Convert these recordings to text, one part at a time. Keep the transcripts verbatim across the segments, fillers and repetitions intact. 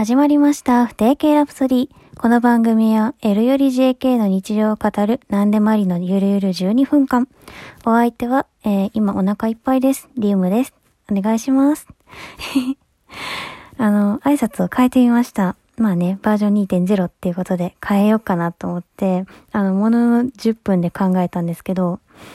始まりました不定形ラプソディ。この番組は L より ジェーケー の日常を語る何でもありのゆるゆるじゅうにふんかん。お相手は、えー、今お腹いっぱいです。リウムです。お願いします。あの、挨拶を変えてみました。まあね、バージョン にてんゼロ っていうことで変えようかなと思って、あの、もののじゅっぷんで考えたんですけど、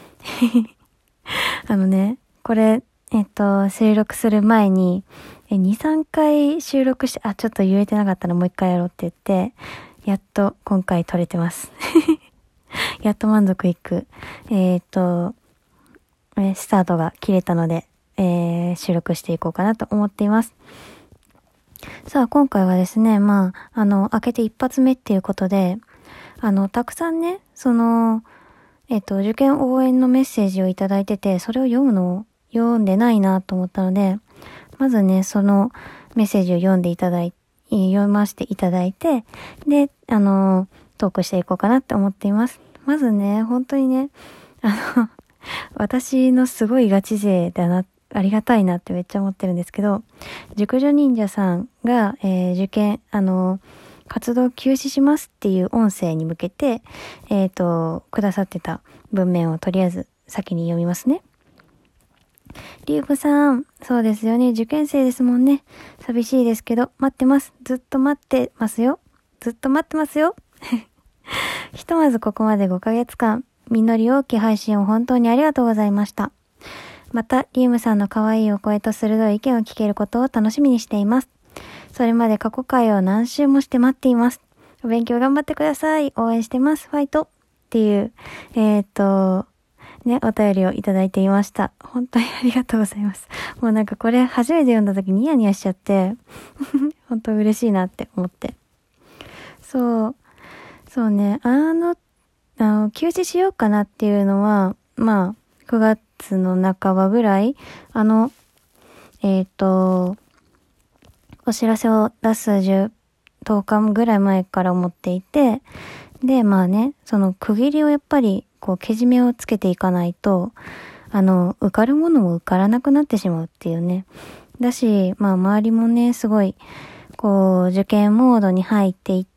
あのね、これ、えっと、収録する前に、に、さんかい収録して、あ、ちょっと言えてなかったらもう一回やろうって言って、やっと今回撮れてます。やっと満足いく。えっと、スタートが切れたので、えー、収録していこうかなと思っています。さあ、今回はですね、まあ、あの、開けて一発目っていうことで、あの、たくさんね、その、えっと、受験応援のメッセージをいただいてて、それを読むのを読んでないなと思ったので、まずね、そのメッセージを読んでいただい、読ませていただいて、で、あの、トークしていこうかなって思っています。まずね、本当にね、あの、私のすごいガチ勢だな、ありがたいなってめっちゃ思ってるんですけど、熟女忍者さんが、えー、受験、あの、活動休止しますっていう音声に向けて、えっと、くださってた文面をとりあえず先に読みますね。リュウブさん、そうですよね。受験生ですもんね。寂しいですけど、待ってます。ずっと待ってますよ。ずっと待ってますよ。ひとまずここまでごかげつかん、実り多き配信を本当にありがとうございました。また、リウムさんの可愛いお声と鋭い意見を聞けることを楽しみにしています。それまで過去回を何周もして待っています。お勉強頑張ってください。応援してます。ファイト。っていう、えーと、ね、お便りをいただいていました。本当にありがとうございます。もうなんかこれ初めて読んだ時ニヤニヤしちゃって、本当嬉しいなって思って。そう、そうね、あの、あの、休止しようかなっていうのは、まあ、くがつの半ばぐらい、あの、えっと、お知らせを出すじゅう、とおかぐらい前から思っていて、で、まあね、その区切りをやっぱり、こう、けじめをつけていかないと、あの、受かるものも受からなくなってしまうっていうね。だし、まあ、周りもね、すごい、こう、受験モードに入っていって、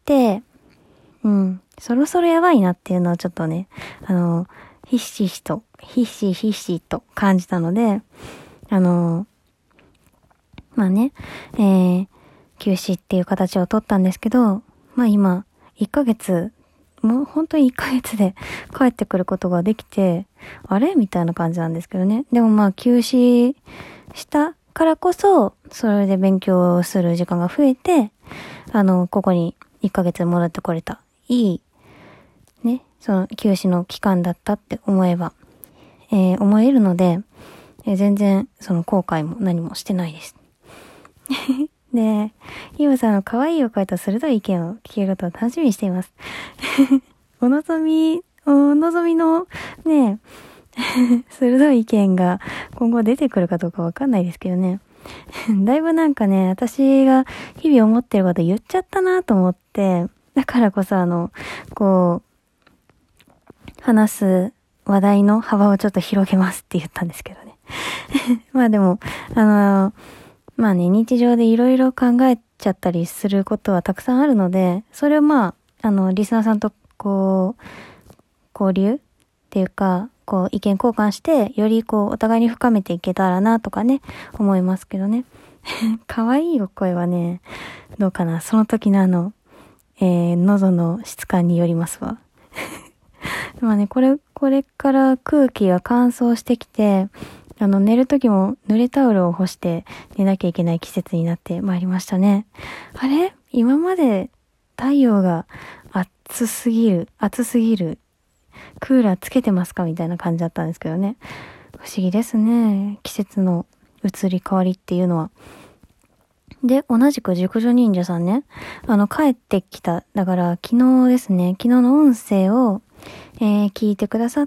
うん、そろそろやばいなっていうのをちょっとね、あの、ひしひしと、ひしひしと感じたので、あの、まあね、えー、休止っていう形を取ったんですけど、まあ今、いっかげつ、もう本当にいっかげつで帰ってくることができて、あれみたいな感じなんですけどね。でもまあ休止したからこそ、それで勉強する時間が増えて、あの、ここにいっかげつ戻ってこれた。いい、ね、その休止の期間だったって思えば、えー、思えるので、えー、全然その後悔も何もしてないです。で、ヒムさんの可愛いお声と鋭い意見を聞けることを楽しみにしています。お望み、お望みのね、鋭い意見が今後出てくるかどうかわかんないですけどね。だいぶなんかね、私が日々思ってること言っちゃったなと思って、だからこそあの、こう、話す話題の幅をちょっと広げますって言ったんですけどね。まあでも、あのー、まあね、日常でいろいろ考えちゃったりすることはたくさんあるので、それをまあ、あの、リスナーさんとこう、交流っていうか、こう、意見交換して、よりこう、お互いに深めていけたらなとかね、思いますけどね。可愛いお声はね、どうかな。その時のあの、えー、喉の質感によりますわ。まあね、これ、これから空気が乾燥してきて、あの、寝るときも濡れタオルを干して寝なきゃいけない季節になってまいりましたね。あれ？今まで太陽が暑すぎる、暑すぎる、クーラーつけてますかみたいな感じだったんですけどね。不思議ですね。季節の移り変わりっていうのは。で、同じく熟女忍者さんね、あの、帰ってきた、だから昨日ですね、昨日の音声を、えー、聞いてくださって、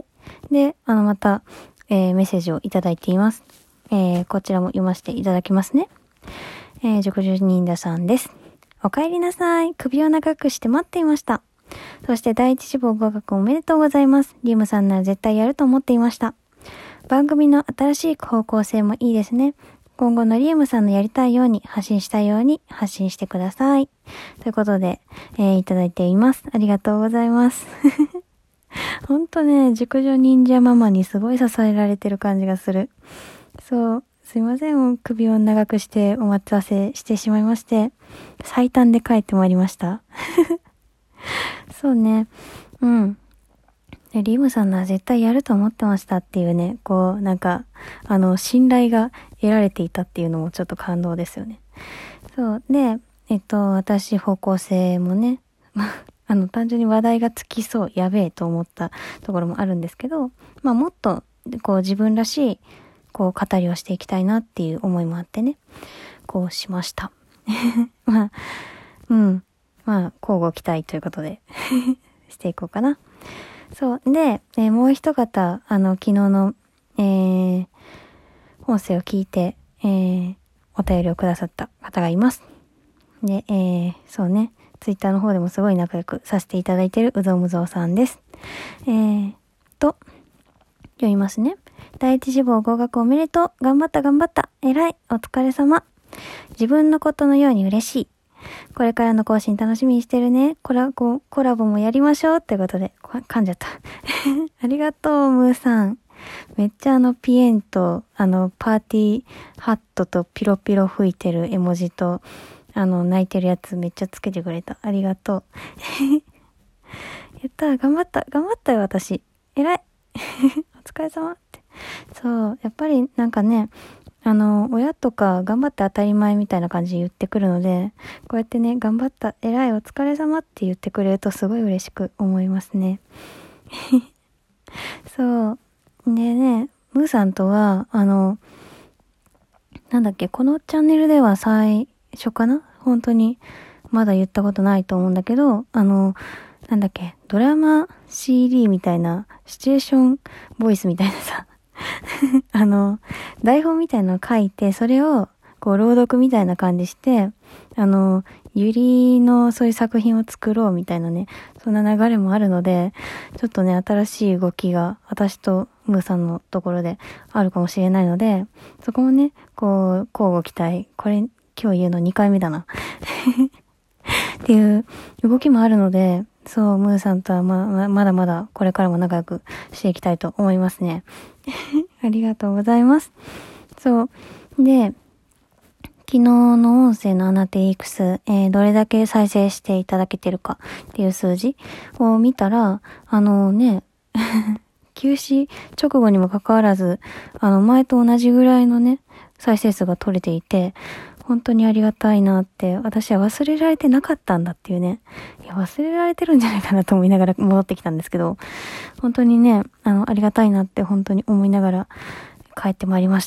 で、あの、また、えー、メッセージをいただいています。えー、こちらも読ませていただきますね。えー、熟女忍者さんです。お帰りなさい。首を長くして待っていました。そして第一志望合格おめでとうございます。リムさんなら絶対やると思っていました。番組の新しい方向性もいいですね。 今後のリウムさんのやりたいように、発信したいように発信してください。ということで、えー、いただいています。ありがとうございます。ほんとね、熟女忍者ママにすごい支えられてる感じがする。そう、すいません。首を長くしてお待たせしてしまいまして、最短で帰ってまいりました。そうね。うん。でリムさんなら絶対やると思ってましたっていうね、こう、なんか、あの、信頼が得られていたっていうのもちょっと感動ですよね。そう。で、えっと、私方向性もね、あの、単純に話題がつきそう、やべえと思ったところもあるんですけど、まあ、もっと、こう、自分らしい、こう、語りをしていきたいなっていう思いもあってね、こうしました。まあ、うん。まあ、交互期待ということで、していこうかな。そう。で、えー、もう一方、あの、昨日の、えー、音声を聞いて、えー、お便りをくださった方がいます。で、えー、そうね、ツイッターの方でもすごい仲良くさせていただいているうぞうむぞうさんです。えー、と、読みますね。第一志望合格おめでとう。頑張った頑張った。偉い。お疲れ様。自分のことのように嬉しい。これからの更新楽しみにしてるね。コラボ、コラボもやりましょうってことで、噛んじゃった。ありがとう、ムーさん。めっちゃあのピエンと、あのパーティーハットとピロピロ吹いてる絵文字と、あの泣いてるやつめっちゃつけてくれた。ありがとう。やったー、頑張った、頑張ったよ、私。偉い。お疲れ様って。そう、やっぱりなんかね、あの、親とか頑張って当たり前みたいな感じで言ってくるので、こうやってね、頑張った、偉い、お疲れ様って言ってくれるとすごい嬉しく思いますね。そう。でね、ムーさんとは、あの、なんだっけ、このチャンネルでは最初かな？本当に、まだ言ったことないと思うんだけど、あの、なんだっけ、ドラマ シーディー みたいな、シチュエーションボイスみたいなさ、あの、台本みたいなのを書いて、それを、こう、朗読みたいな感じして、あの、ゆりのそういう作品を作ろうみたいなね、そんな流れもあるので、ちょっとね、新しい動きが、私とムーさんのところであるかもしれないので、そこもね、こう、交互期待。これ、今日言うのにかいめだな。っていう動きもあるので、そう、ムーさんとはま、ま、まだまだこれからも仲良くしていきたいと思いますね。ありがとうございます。そう。で、昨日の音声のアナテイクス、えー、どれだけ再生していただけてるかっていう数字を見たら、あのね、休止直後にもかかわらず、あの前と同じぐらいのね、再生数が取れていて、本当にありがたいなって、私は忘れられてなかったんだっていうね。いや、忘れられてるんじゃないかなと思いながら戻ってきたんですけど、本当にね、あの、ありがたいなって本当に思いながら帰ってまいりました。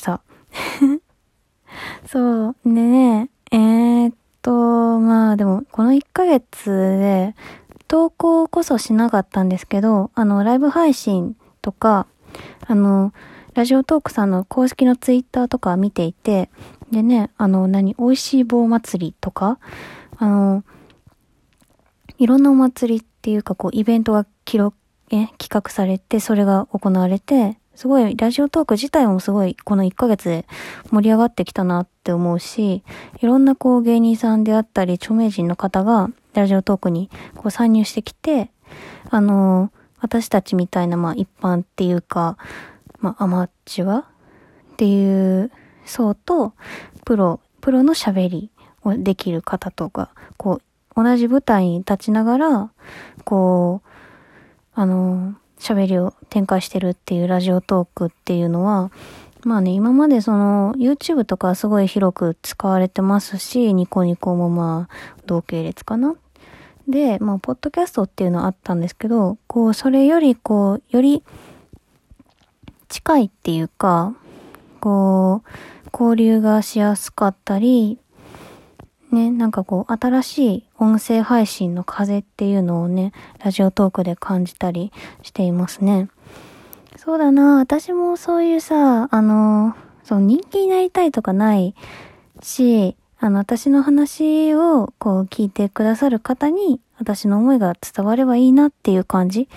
そう。でね、えー、っと、まあでも、このいっかげつで、投稿こそしなかったんですけど、あの、ライブ配信とか、あの、ラジオトークさんの公式のツイッターとか見ていて、でね、あの、何、美味しい棒祭りとか、あの、いろんなお祭りっていうか、こう、イベントが記録、え、企画されて、それが行われて、すごい、ラジオトーク自体もすごい、このいっかげつで盛り上がってきたなって思うし、いろんなこう、芸人さんであったり、著名人の方が、ラジオトークにこう参入してきて、あの、私たちみたいな、まあ、一般っていうか、まあ、アマチュアっていう層と、プロ、プロの喋りをできる方とか、こう、同じ舞台に立ちながら、こう、あの、喋りを展開してるっていうラジオトークっていうのは、まあね、今までその、YouTube とかすごい広く使われてますし、ニコニコもまあ、同系列かな。で、まあ、ポッドキャストっていうのはあったんですけど、こう、それよりこう、より、近いっていうか、こう、交流がしやすかったり、ね、なんかこう、新しい音声配信の風っていうのをね、ラジオトークで感じたりしていますね。そうだな、私もそういうさ、あの、その人気になりたいとかないし、あの、私の話をこう聞いてくださる方に、私の思いが伝わればいいなっていう感じ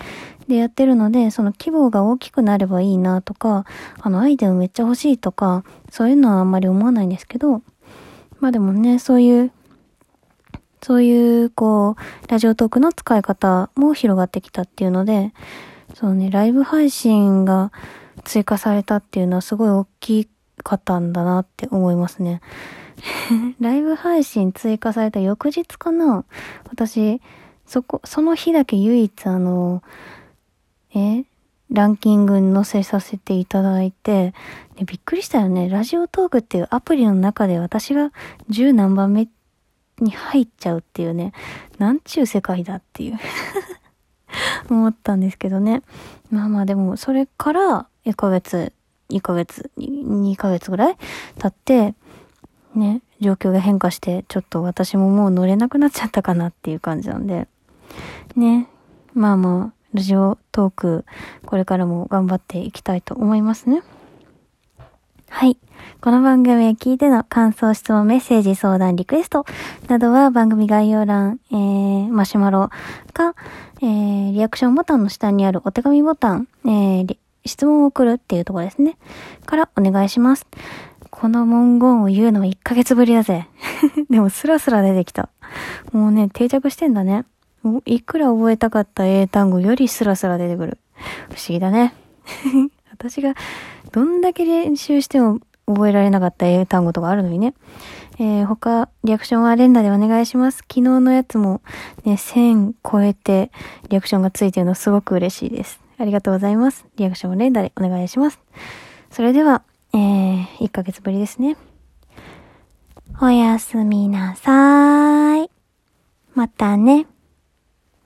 でやってるので、その規模が大きくなればいいなとか、あのアイデアめっちゃ欲しいとか、そういうのはあんまり思わないんですけど、まあでもね、そういう、そういう、こう、ラジオトークの使い方も広がってきたっていうので、そうね、ライブ配信が追加されたっていうのはすごい大きかったんだなって思いますね。ライブ配信追加された翌日かな、私、そこ、その日だけ唯一あの、えランキングに載せさせていただいて、ね、びっくりしたよね。ラジオトークっていうアプリの中で私が十何番目に入っちゃうっていうね。なんちゅう世界だっていう思ったんですけどね。まあまあでもそれからいっかげつ、いっかげつ、にかげつぐらい経って、ね、状況が変化して、ちょっと私ももう乗れなくなっちゃったかなっていう感じなんで。ね。まあまあ、ラジオトーク、これからも頑張っていきたいと思いますね。はい。この番組を聞いての感想、質問、メッセージ、相談、リクエストなどは番組概要欄、えー、マシュマロか、えー、リアクションボタンの下にあるお手紙ボタン、えー、質問を送るっていうところですね。からお願いします。この文言を言うのはいっかげつぶりだぜ。でもスラスラ出てきた。もうね、定着してんだね。いくら覚えたかった英単語よりスラスラ出てくる。不思議だね。私がどんだけ練習しても覚えられなかった英単語とかあるのにね。えー、他、リアクションは連打でお願いします。昨日のやつもね、せん超えてリアクションがついてるのすごく嬉しいです。ありがとうございます。リアクションは連打でお願いします。それでは、えー、いっかげつぶりですね。おやすみなさーい。またね。